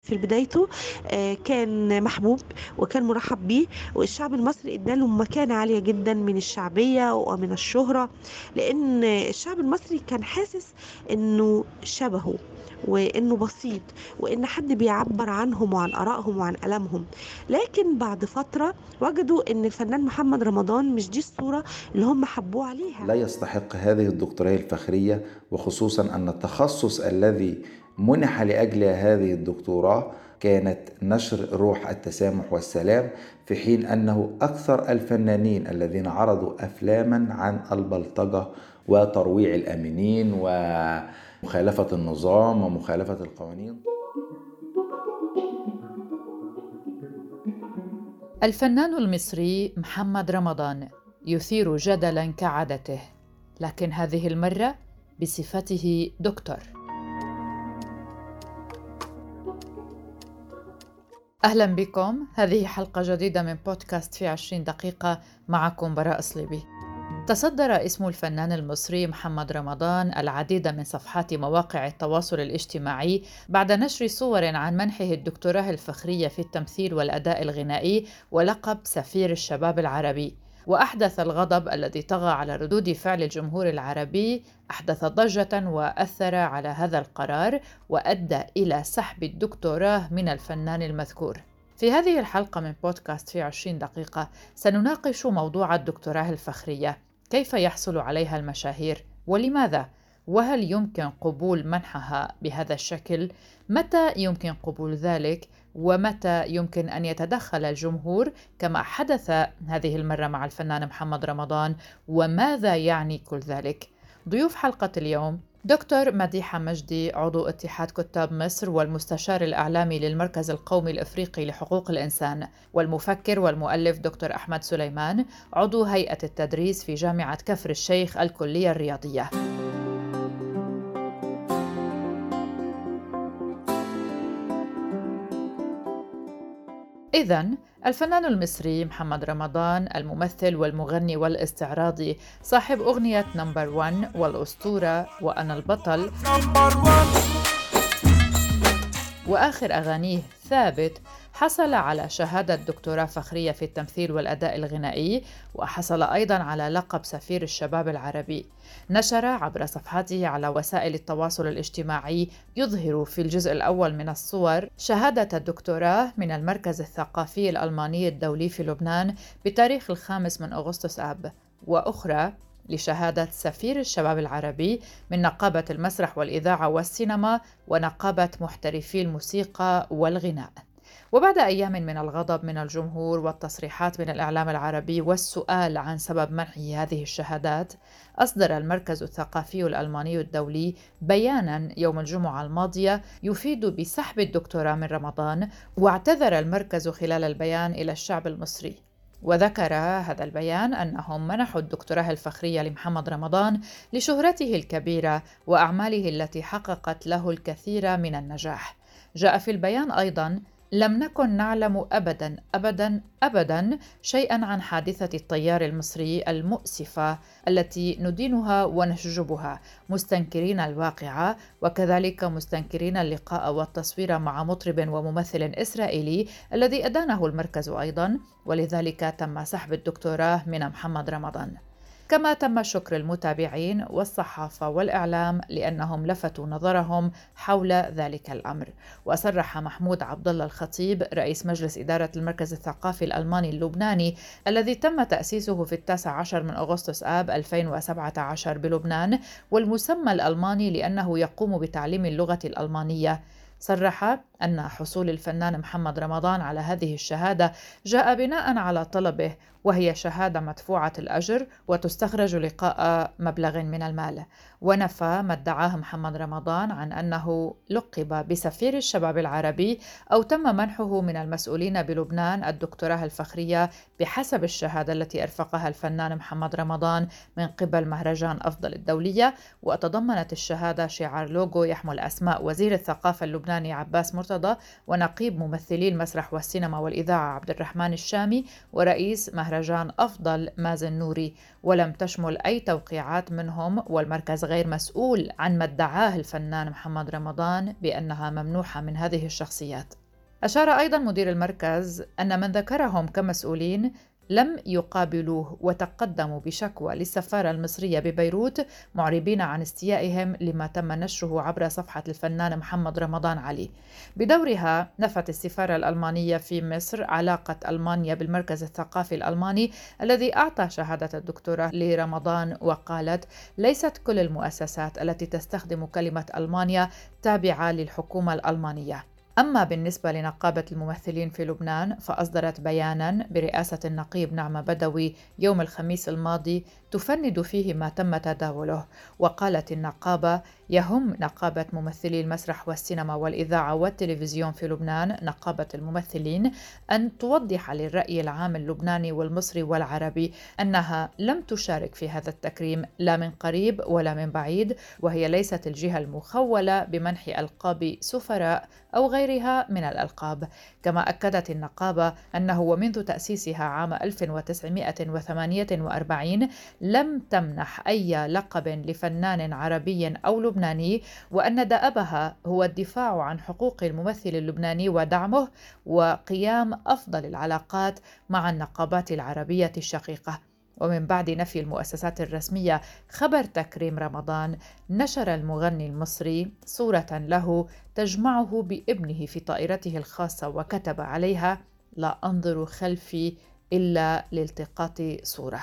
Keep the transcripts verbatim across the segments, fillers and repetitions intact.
في بدايته آآ كان محبوب وكان مُرحّب بيه، والشعب المصري ادّى له مكانة عالية جدًا من الشعبية ومن الشهرة، لإن الشعب المصري كان حاسس إنه شبهه، وإنه بسيط، وإن حد بيعبّر عنهم وعن آرائهم وعن آلامهم. لكن بعد فترة وجدوا إن الفنان محمد رمضان مش دي الصورة اللي هم حبّوه عليها. لا يستحق هذه الدكتوراه الفخرية، وخصوصا أن التخصص الذي منح لأجل هذه الدكتوراه كانت نشر روح التسامح والسلام، في حين أنه أكثر الفنانين الذين عرضوا أفلاما عن البلطجة وترويع الآمنين ومخالفة النظام ومخالفة القوانين. الفنان المصري محمد رمضان يثير جدلاً كعادته، لكن هذه المرة بصفته دكتور. أهلاً بكم، هذه حلقة جديدة من بودكاست في عشرين دقيقة، معكم براء صليبي. تصدر اسم الفنان المصري محمد رمضان العديد من صفحات مواقع التواصل الاجتماعي بعد نشر صور عن منحه الدكتوراه الفخرية في التمثيل والأداء الغنائي ولقب سفير الشباب العربي. وأحدث الغضب الذي طغى على ردود فعل الجمهور العربي أحدث ضجة وأثر على هذا القرار وأدى إلى سحب الدكتوراه من الفنان المذكور. في هذه الحلقة من بودكاست في عشرين دقيقة سنناقش موضوع الدكتوراه الفخرية، كيف يحصل عليها المشاهير ولماذا؟ وهل يمكن قبول منحها بهذا الشكل؟ متى يمكن قبول ذلك؟ ومتى يمكن أن يتدخل الجمهور كما حدث هذه المرة مع الفنان محمد رمضان؟ وماذا يعني كل ذلك؟ ضيوف حلقة اليوم دكتور مديحة مجدي، عضو اتحاد كتاب مصر والمستشار الإعلامي للمركز القومي الإفريقي لحقوق الإنسان، والمفكر والمؤلف دكتور أحمد سليمان، عضو هيئة التدريس في جامعة كفر الشيخ الكلية الرياضية. إذن الفنان المصري محمد رمضان، الممثل والمغني والاستعراضي، صاحب أغنية نمبر وان والأسطورة وأنا البطل، وآخر أغانيه ثابت، حصل على شهادة دكتوراه فخرية في التمثيل والأداء الغنائي، وحصل أيضاً على لقب سفير الشباب العربي. نشر عبر صفحاته على وسائل التواصل الاجتماعي يظهر في الجزء الأول من الصور شهادة الدكتوراه من المركز الثقافي الألماني الدولي في لبنان بتاريخ الخامس من أغسطس آب، وأخرى لشهادة سفير الشباب العربي من نقابة المسرح والإذاعة والسينما ونقابة محترفي الموسيقى والغناء. وبعد أيام من الغضب من الجمهور والتصريحات من الإعلام العربي والسؤال عن سبب منحه هذه الشهادات، أصدر المركز الثقافي الألماني الدولي بياناً يوم الجمعة الماضية يفيد بسحب الدكتوراه من رمضان، واعتذر المركز خلال البيان إلى الشعب المصري. وذكر هذا البيان أنهم منحوا الدكتوراه الفخرية لمحمد رمضان لشهرته الكبيرة وأعماله التي حققت له الكثير من النجاح. جاء في البيان أيضاً: لم نكن نعلم أبداً أبداً أبداً شيئاً عن حادثة الطيار المصري المؤسفة التي ندينها ونشجبها، مستنكرين الواقعة، وكذلك مستنكرين اللقاء والتصوير مع مطرب وممثل إسرائيلي الذي أدانه المركز أيضاً، ولذلك تم سحب الدكتوراه من محمد رمضان. كما تم شكر المتابعين والصحافة والإعلام لأنهم لفتوا نظرهم حول ذلك الأمر. وصرح محمود عبد الله الخطيب، رئيس مجلس إدارة المركز الثقافي الألماني اللبناني الذي تم تأسيسه في التاسع عشر من أغسطس آب ألفين وسبعة عشر بلبنان، والمسمى الألماني لأنه يقوم بتعليم اللغة الألمانية، صرح أن حصول الفنان محمد رمضان على هذه الشهادة جاء بناء على طلبه، وهي شهادة مدفوعة الأجر وتستخرج لقاء مبلغ من المال. ونفى ما ادعاه محمد رمضان عن أنه لقب بسفير الشباب العربي أو تم منحه من المسؤولين بلبنان الدكتوراه الفخرية بحسب الشهادة التي أرفقها الفنان محمد رمضان من قبل مهرجان أفضل الدولية. وتضمنت الشهادة شعار لوجو يحمل أسماء وزير الثقافة اللبناني عباس مرتضى ونقيب ممثلي المسرح والسينما والإذاعة عبد الرحمن الشامي ورئيس مهرجان مهرجان أفضل مازن نوري، ولم تشمل أي توقيعات منهم، والمركز غير مسؤول عن ما ادعاه الفنان محمد رمضان بأنها ممنوحة من هذه الشخصيات. أشار أيضا مدير المركز أن من ذكرهم كمسؤولين لم يقابلوه وتقدموا بشكوى للسفارة المصرية ببيروت معربين عن استيائهم لما تم نشره عبر صفحة الفنان محمد رمضان علي. بدورها نفت السفارة الألمانية في مصر علاقة ألمانيا بالمركز الثقافي الألماني الذي أعطى شهادة الدكتوراه لرمضان، وقالت: ليست كل المؤسسات التي تستخدم كلمة ألمانيا تابعة للحكومة الألمانية. أما بالنسبة لنقابة الممثلين في لبنان فأصدرت بياناً برئاسة النقيب نعمة بدوي يوم الخميس الماضي تفند فيه ما تم تداوله. وقالت النقابة: يهم نقابة ممثلي المسرح والسينما والإذاعة والتلفزيون في لبنان، نقابة الممثلين، أن توضح للرأي العام اللبناني والمصري والعربي أنها لم تشارك في هذا التكريم لا من قريب ولا من بعيد، وهي ليست الجهة المخولة بمنح ألقاب سفراء أو غيرها من الألقاب. كما أكدت النقابة أنه ومنذ تأسيسها عام ألف وتسعمائة وثمانية وأربعين لم تمنح أي لقب لفنان عربي أو لبناني، وأن دأبها هو الدفاع عن حقوق الممثل اللبناني ودعمه وقيام أفضل العلاقات مع النقابات العربية الشقيقة. ومن بعد نفي المؤسسات الرسمية خبر تكريم رمضان، نشر المغني المصري صورة له تجمعه بابنه في طائرته الخاصة وكتب عليها: لا أنظر خلفي إلا لالتقاط صورة.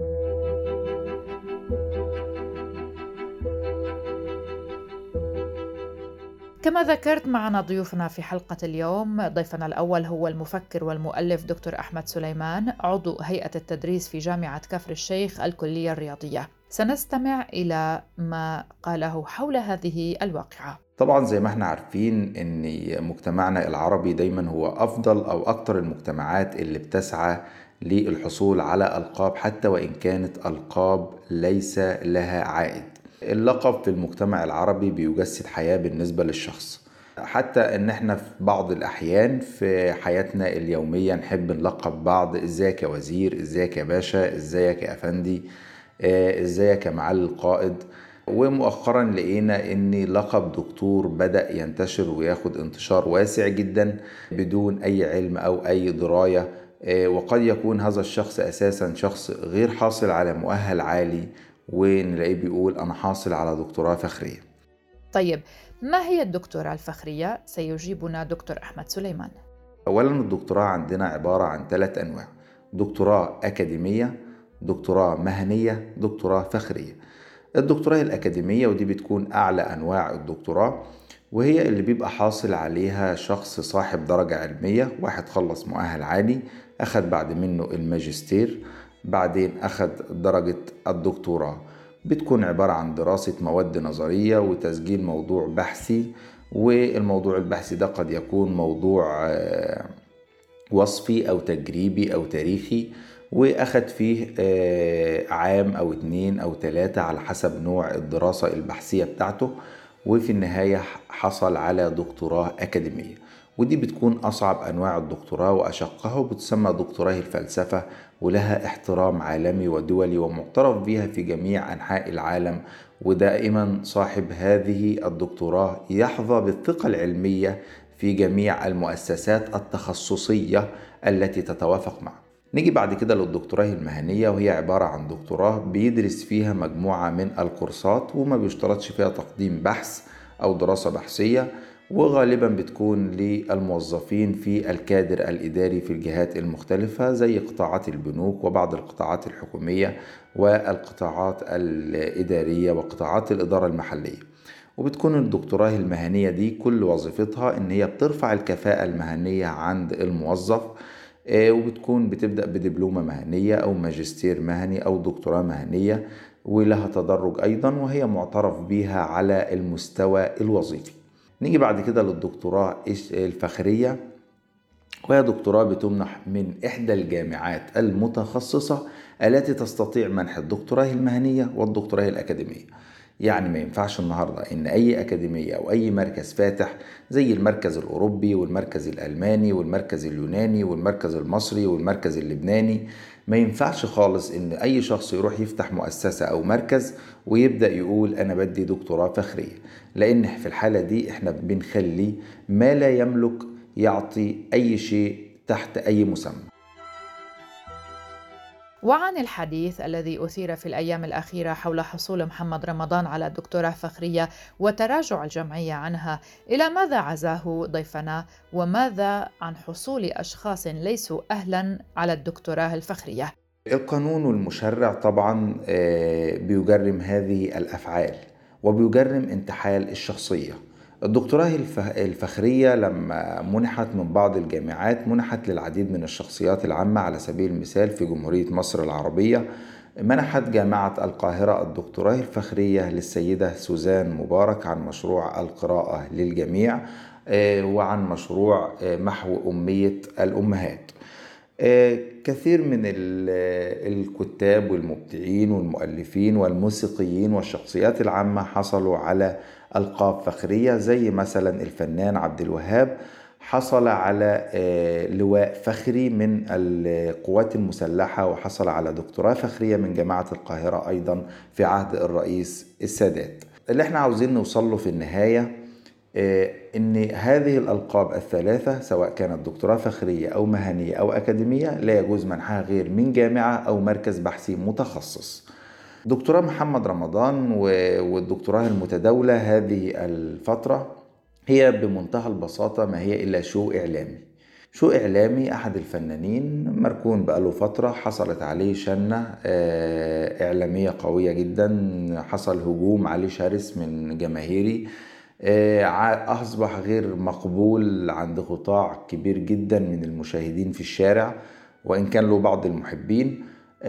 كما ذكرت، معنا ضيوفنا في حلقة اليوم. ضيفنا الأول هو المفكر والمؤلف دكتور أحمد سليمان، عضو هيئة التدريس في جامعة كفر الشيخ الكلية الرياضية. سنستمع إلى ما قاله حول هذه الواقعة. طبعا زي ما احنا عارفين ان مجتمعنا العربي دايما هو أفضل أو أكتر المجتمعات اللي بتسعى للحصول على ألقاب، حتى وإن كانت ألقاب ليس لها عائد. اللقب في المجتمع العربي بيجسد حياة بالنسبة للشخص، حتى ان احنا في بعض الاحيان في حياتنا اليومية نحب نلقب بعض: ازيك يا وزير، ازيك يا باشا، ازيك يا افندي، ازيك يا معالي القائد. ومؤخرا لقينا ان لقب دكتور بدأ ينتشر وياخد انتشار واسع جدا بدون اي علم او اي دراية، وقد يكون هذا الشخص اساسا شخص غير حاصل على مؤهل عالي ونلاقيه بيقول أنا حاصل على دكتوراه فخرية. طيب، ما هي الدكتوراه الفخرية؟ سيجيبنا دكتور أحمد سليمان. أولا، الدكتوراه عندنا عبارة عن ثلاث أنواع: دكتوراه أكاديمية، دكتوراه مهنية، دكتوراه فخرية. الدكتوراه الأكاديمية ودي بتكون أعلى أنواع الدكتوراه، وهي اللي بيبقى حاصل عليها شخص صاحب درجة علمية، واحد خلص مؤهل عالي أخذ بعد منه الماجستير، بعدين أخذ درجة الدكتوراه. بتكون عبارة عن دراسة مواد نظرية وتسجيل موضوع بحثي، والموضوع البحثي ده قد يكون موضوع وصفي أو تجريبي أو تاريخي، وأخذ فيه عام أو اتنين أو تلاتة على حسب نوع الدراسة البحثية بتاعته، وفي النهاية حصل على دكتوراه أكاديمية. ودي بتكون أصعب أنواع الدكتوراه وأشقها، وبتسمى دكتوراه الفلسفة، ولها احترام عالمي ودولي ومعترف بها في جميع أنحاء العالم. ودائما صاحب هذه الدكتوراه يحظى بالثقة العلمية في جميع المؤسسات التخصصية التي تتوافق معه. نيجي بعد كده للدكتوراه المهنية، وهي عبارة عن دكتوراه بيدرس فيها مجموعة من الكورسات وما بيشترطش فيها تقديم بحث أو دراسة بحثية، وغالبا بتكون للموظفين في الكادر الإداري في الجهات المختلفة زي قطاعات البنوك وبعض القطاعات الحكومية والقطاعات الإدارية وقطاعات الإدارة المحلية. وبتكون الدكتوراه المهنية دي كل وظيفتها إن هي بترفع الكفاءة المهنية عند الموظف، وبتكون بتبدأ بدبلومة مهنية أو ماجستير مهني أو دكتوراه مهنية، ولها تدرج أيضا، وهي معترف بها على المستوى الوظيفي. نيجي بعد كده للدكتوراه الفخرية، وهي دكتوراه بتمنح من إحدى الجامعات المتخصصة التي تستطيع منح الدكتوراه المهنية والدكتوراه الأكاديمية. يعني ما ينفعش النهاردة إن أي أكاديمية أو أي مركز فاتح زي المركز الأوروبي والمركز الألماني والمركز اليوناني والمركز المصري والمركز اللبناني، ما ينفعش خالص إن أي شخص يروح يفتح مؤسسة أو مركز ويبدأ يقول أنا بدي دكتوراه فخرية، لأن في الحالة دي إحنا بنخلي ما لا يملك يعطي أي شيء تحت أي مسمى. وعن الحديث الذي أثير في الأيام الأخيرة حول حصول محمد رمضان على الدكتوراه فخرية وتراجع الجمعية عنها، إلى ماذا عزاه ضيفنا؟ وماذا عن حصول أشخاص ليسوا أهلاً على الدكتوراه الفخرية؟ القانون والمشرع طبعا بيجرم هذه الأفعال وبيجرم انتحال الشخصية. الدكتوراه الفخرية لما منحت من بعض الجامعات منحت للعديد من الشخصيات العامة، على سبيل المثال في جمهورية مصر العربية منحت جامعة القاهرة الدكتوراه الفخرية للسيدة سوزان مبارك عن مشروع القراءة للجميع وعن مشروع محو أمية الأمهات. كثير من الكتاب والمبدعين والمؤلفين والموسيقيين والشخصيات العامة حصلوا على ألقاب فخرية، زي مثلا الفنان عبد الوهاب حصل على لواء فخري من القوات المسلحة، وحصل على دكتوراه فخرية من جامعة القاهرة أيضا في عهد الرئيس السادات. اللي احنا عاوزين نوصله في النهاية إن هذه الألقاب الثلاثة سواء كانت دكتوراه فخرية أو مهنية أو أكاديمية لا يجوز منحها غير من جامعة أو مركز بحثي متخصص. دكتوراه محمد رمضان والدكتوراه المتداولة هذه الفترة هي بمنتهى البساطة ما هي إلا شو إعلامي. شو إعلامي أحد الفنانين مركون بقاله فترة حصلت عليه شنة إعلامية قوية جدا، حصل هجوم عليه شرس من جماهيري، أصبح غير مقبول عند قطاع كبير جدا من المشاهدين في الشارع وإن كان له بعض المحبين،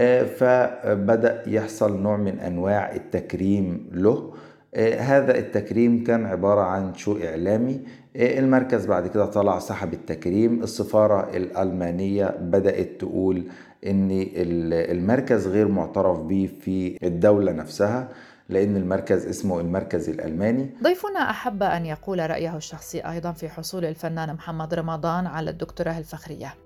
فبدأ يحصل نوع من أنواع التكريم له. هذا التكريم كان عبارة عن شو إعلامي. المركز بعد كده طلع سحب التكريم. السفارة الألمانية بدأت تقول إن المركز غير معترف به في الدولة نفسها، لأن المركز اسمه المركز الألماني. ضيفنا أحب أن يقول رأيه الشخصي أيضا في حصول الفنان محمد رمضان على الدكتوراه الفخرية.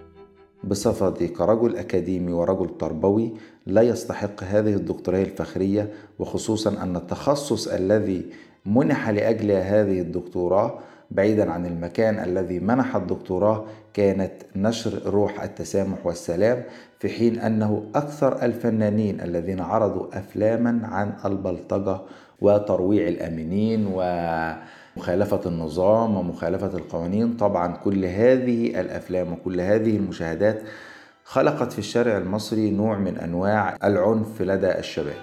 بصفتي كرجل أكاديمي ورجل تربوي لا يستحق هذه الدكتوراه الفخرية، وخصوصا أن التخصص الذي منح لأجل هذه الدكتوراه بعيدا عن المكان الذي منح الدكتوراه كانت نشر روح التسامح والسلام، في حين أنه أكثر الفنانين الذين عرضوا أفلاما عن البلطجة وترويع الأمينين ومخالفة النظام ومخالفة القوانين. طبعا كل هذه الأفلام وكل هذه المشاهدات خلقت في الشارع المصري نوع من أنواع العنف لدى الشباب.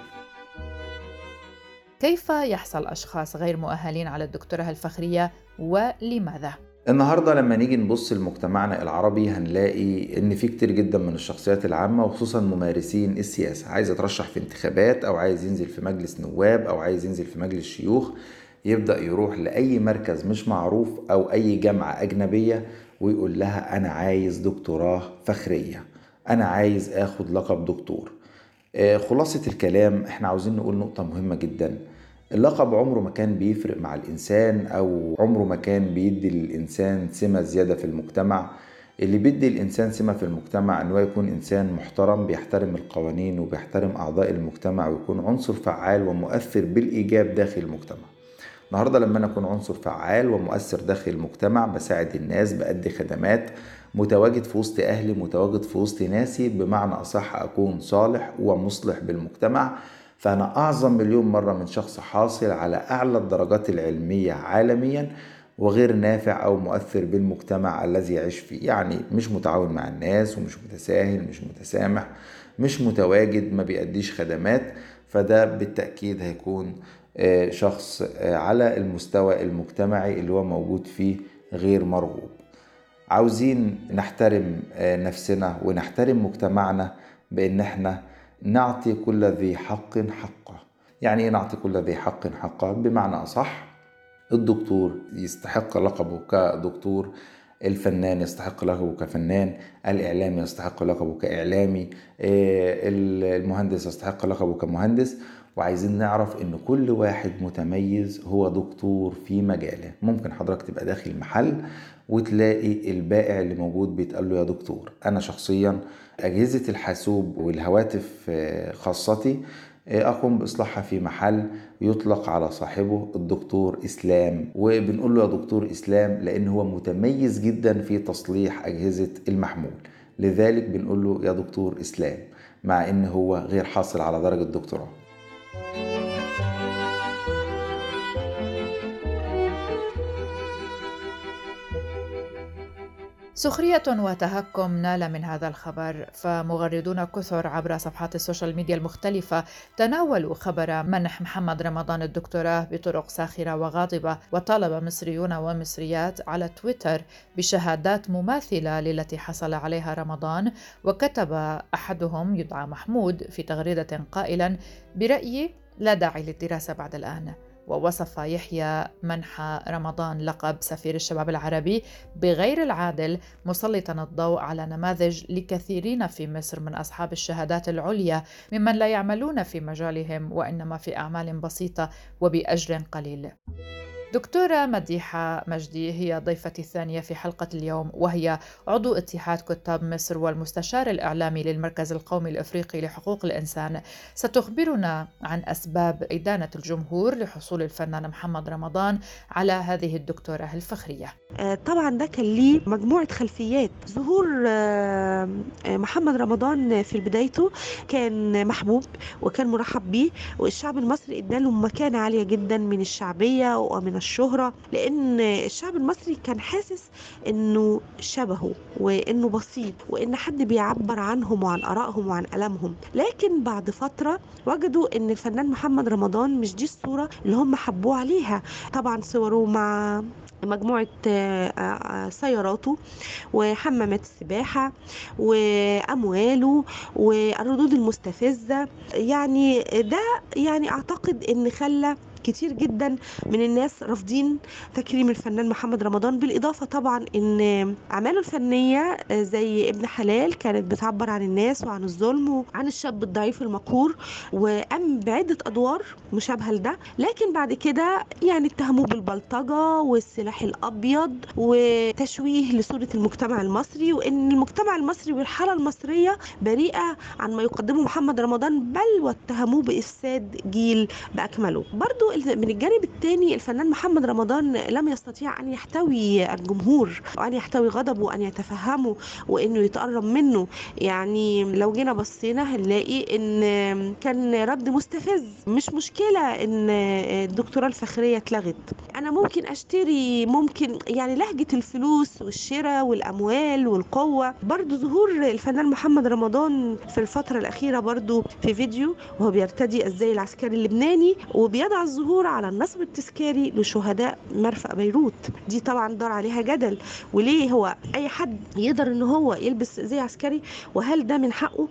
كيف يحصل أشخاص غير مؤهلين على الدكتوراه الفخرية ولماذا؟ النهاردة لما نيجي نبص لمجتمعنا العربي هنلاقي ان في كتير جدا من الشخصيات العامة وخصوصا ممارسين السياسة عايز يترشح في انتخابات او عايز ينزل في مجلس نواب او عايز ينزل في مجلس شيوخ، يبدأ يروح لأي مركز مش معروف او اي جامعة اجنبية ويقول لها انا عايز دكتوراه فخرية، انا عايز اخد لقب دكتور. خلاصة الكلام احنا عاوزين نقول نقطة مهمة جدا. اللقب عمره ما كان بيفرق مع الإنسان أو عمره ما كان بيدي للإنسان سمة زيادة في المجتمع. اللي بيدي الإنسان سمة في المجتمع أنه يكون إنسان محترم بيحترم القوانين وبيحترم أعضاء المجتمع ويكون عنصر فعال ومؤثر بالإيجاب داخل المجتمع. النهاردة لما أنا أكون عنصر فعال ومؤثر داخل المجتمع بساعد الناس بأدي خدمات متواجد في وسط أهلي متواجد في وسط ناسي، بمعنى أصح أكون صالح ومصلح بالمجتمع، فأنا أعظم مليون مرة من شخص حاصل على أعلى الدرجات العلمية عالميا وغير نافع أو مؤثر بالمجتمع الذي يعيش فيه. يعني مش متعاون مع الناس ومش متساهل مش متسامح مش متواجد ما بيأديش خدمات، فده بالتأكيد هيكون شخص على المستوى المجتمعي اللي هو موجود فيه غير مرغوب. عاوزين نحترم نفسنا ونحترم مجتمعنا بأن احنا نعطي كل ذي حق حقه. يعني ايه نعطي كل ذي حق حقه؟ بمعنى أصح الدكتور يستحق لقبه كدكتور، الفنان يستحق لقبه كفنان، الإعلامي يستحق لقبه كإعلامي، المهندس يستحق لقبه كمهندس، وعايزين نعرف ان كل واحد متميز هو دكتور في مجاله. ممكن حضرتك تبقى داخل محل وتلاقي البائع اللي موجود بيتقال له يا دكتور. انا شخصيا اجهزة الحاسوب والهواتف خاصتي أقوم بإصلاحها في محل يطلق على صاحبه الدكتور إسلام، وبنقول له يا دكتور إسلام لأن هو متميز جدا في تصليح أجهزة المحمول، لذلك بنقول له يا دكتور إسلام مع إن هو غير حاصل على درجة دكتوراه. سخرية وتهكم نال من هذا الخبر، فمغردون كثر عبر صفحات السوشيال ميديا المختلفة تناولوا خبر منح محمد رمضان الدكتوراه بطرق ساخرة وغاضبة، وطالب مصريون ومصريات على تويتر بشهادات مماثلة للتي حصل عليها رمضان. وكتب أحدهم يدعى محمود في تغريدة قائلا: برأيي لا داعي للدراسة بعد الآن. ووصف يحيى منح رمضان لقب سفير الشباب العربي بغير العادل، مسلطا الضوء على نماذج لكثيرين في مصر من أصحاب الشهادات العليا ممن لا يعملون في مجالهم وإنما في أعمال بسيطة وبأجر قليل. دكتورة مديحة مجدي هي ضيفتي الثانية في حلقة اليوم، وهي عضو اتحاد كتاب مصر والمستشار الإعلامي للمركز القومي الإفريقي لحقوق الإنسان. ستخبرنا عن أسباب إدانة الجمهور لحصول الفنان محمد رمضان على هذه الدكتوراه الفخرية. طبعا ده كان ليه مجموعة خلفيات. ظهور محمد رمضان في بدايته كان محبوب وكان مرحب به، والشعب المصري اداله مكانة عالية جدا من الشعبية ومن الشهرة، لأن الشعب المصري كان حاسس إنه شبهه وإنه بسيط وإن حد بيعبر عنهم وعن آرائهم وعن ألمهم. لكن بعد فترة وجدوا إن الفنان محمد رمضان مش دي الصورة اللي هم حبوه عليها. طبعا صوره مع مجموعة سياراته وحمامات السباحة وأمواله والردود المستفزة، يعني ده يعني أعتقد إن خلى كتير جدا من الناس رافضين تكريم الفنان محمد رمضان. بالإضافة طبعا إن أعماله الفنية زي ابن حلال كانت بتعبر عن الناس وعن الظلم وعن الشاب الضعيف المقهور، وقام بعدة أدوار مشابهة لده. لكن بعد كده يعني اتهموه بالبلطجة والسلاح الأبيض وتشويه لصورة المجتمع المصري، وإن المجتمع المصري والحالة المصرية بريئة عن ما يقدمه محمد رمضان، بل واتهموه بإفساد جيل بأكمله. برضو من الجانب الثاني الفنان محمد رمضان لم يستطيع أن يحتوي الجمهور وأن يحتوي غضبه وأن يتفهمه وأنه يتقرب منه. يعني لو جينا بصينا هنلاقي أن كان رد مستفز. مش مشكلة أن الدكتوراه الفخرية اتلغت، أنا ممكن أشتري، ممكن يعني لهجة الفلوس والشراء والأموال والقوة. برضو ظهور الفنان محمد رمضان في الفترة الأخيرة برضو في فيديو وهو بيرتدي الزي العسكري اللبناني وبيضع الظهور على النصب التذكاري لشهداء مرفأ بيروت. دي طبعا دار عليها جدل، وليه هو اي حد يقدر ان هو يلبس زي عسكري، وهل ده من حقه؟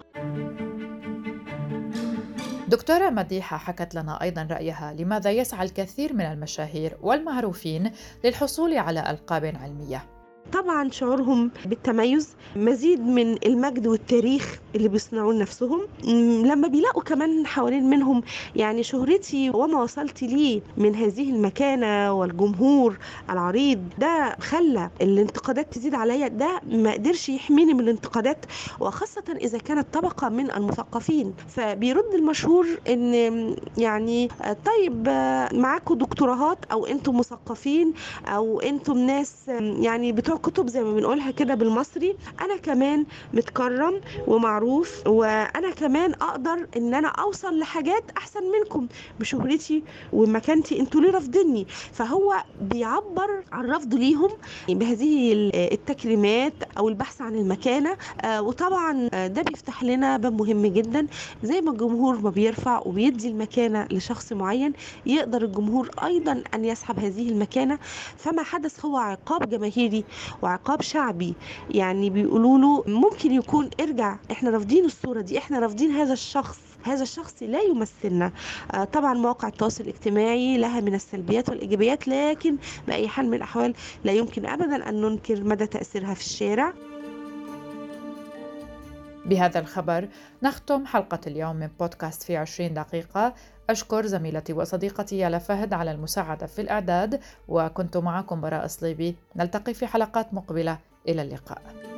دكتورة مديحة حكت لنا أيضا رأيها لماذا يسعى الكثير من المشاهير والمعروفين للحصول على ألقاب علمية. طبعا شعورهم بالتميز، مزيد من المجد والتاريخ اللي بيصنعوه لنفسهم. لما بيلاقوا كمان حوالين منهم يعني شهرتي وما وصلت ليه من هذه المكانة والجمهور العريض، ده خلى الانتقادات تزيد عليا. ده ما قدرش يحميني من الانتقادات، وخاصة إذا كانت طبقة من المثقفين. فبيرد المشهور إن يعني طيب معاكم دكتوراهات أو أنتم مثقفين أو أنتم ناس يعني بتوع كتب زي ما بنقولها كده بالمصري، انا كمان متكرم ومعروف، وانا كمان اقدر ان انا اوصل لحاجات احسن منكم بشهرتي ومكانتي، انتوا ليه رافضيني؟ فهو بيعبر عن رفضه ليهم بهذه التكريمات او البحث عن المكانه. وطبعا ده بيفتح لنا باب مهم جدا، زي ما الجمهور ما بيرفع وبيدي المكانه لشخص معين، يقدر الجمهور ايضا ان يسحب هذه المكانه. فما حدث هو عقاب جماهيري وعقاب شعبي، يعني بيقولوا له ممكن يكون ارجع، احنا رافضين الصورة دي، احنا رافضين هذا الشخص، هذا الشخص لا يمثلنا. آه طبعا مواقع التواصل الاجتماعي لها من السلبيات والإيجابيات، لكن بأي حال من الأحوال لا يمكن أبدا أن ننكر مدى تأثيرها في الشارع. بهذا الخبر نختم حلقة اليوم من بودكاست في عشرين دقيقة. أشكر زميلتي وصديقتي يالا فهد على المساعدة في الإعداد، وكنت معكم براء صليبي. نلتقي في حلقات مقبلة. إلى اللقاء.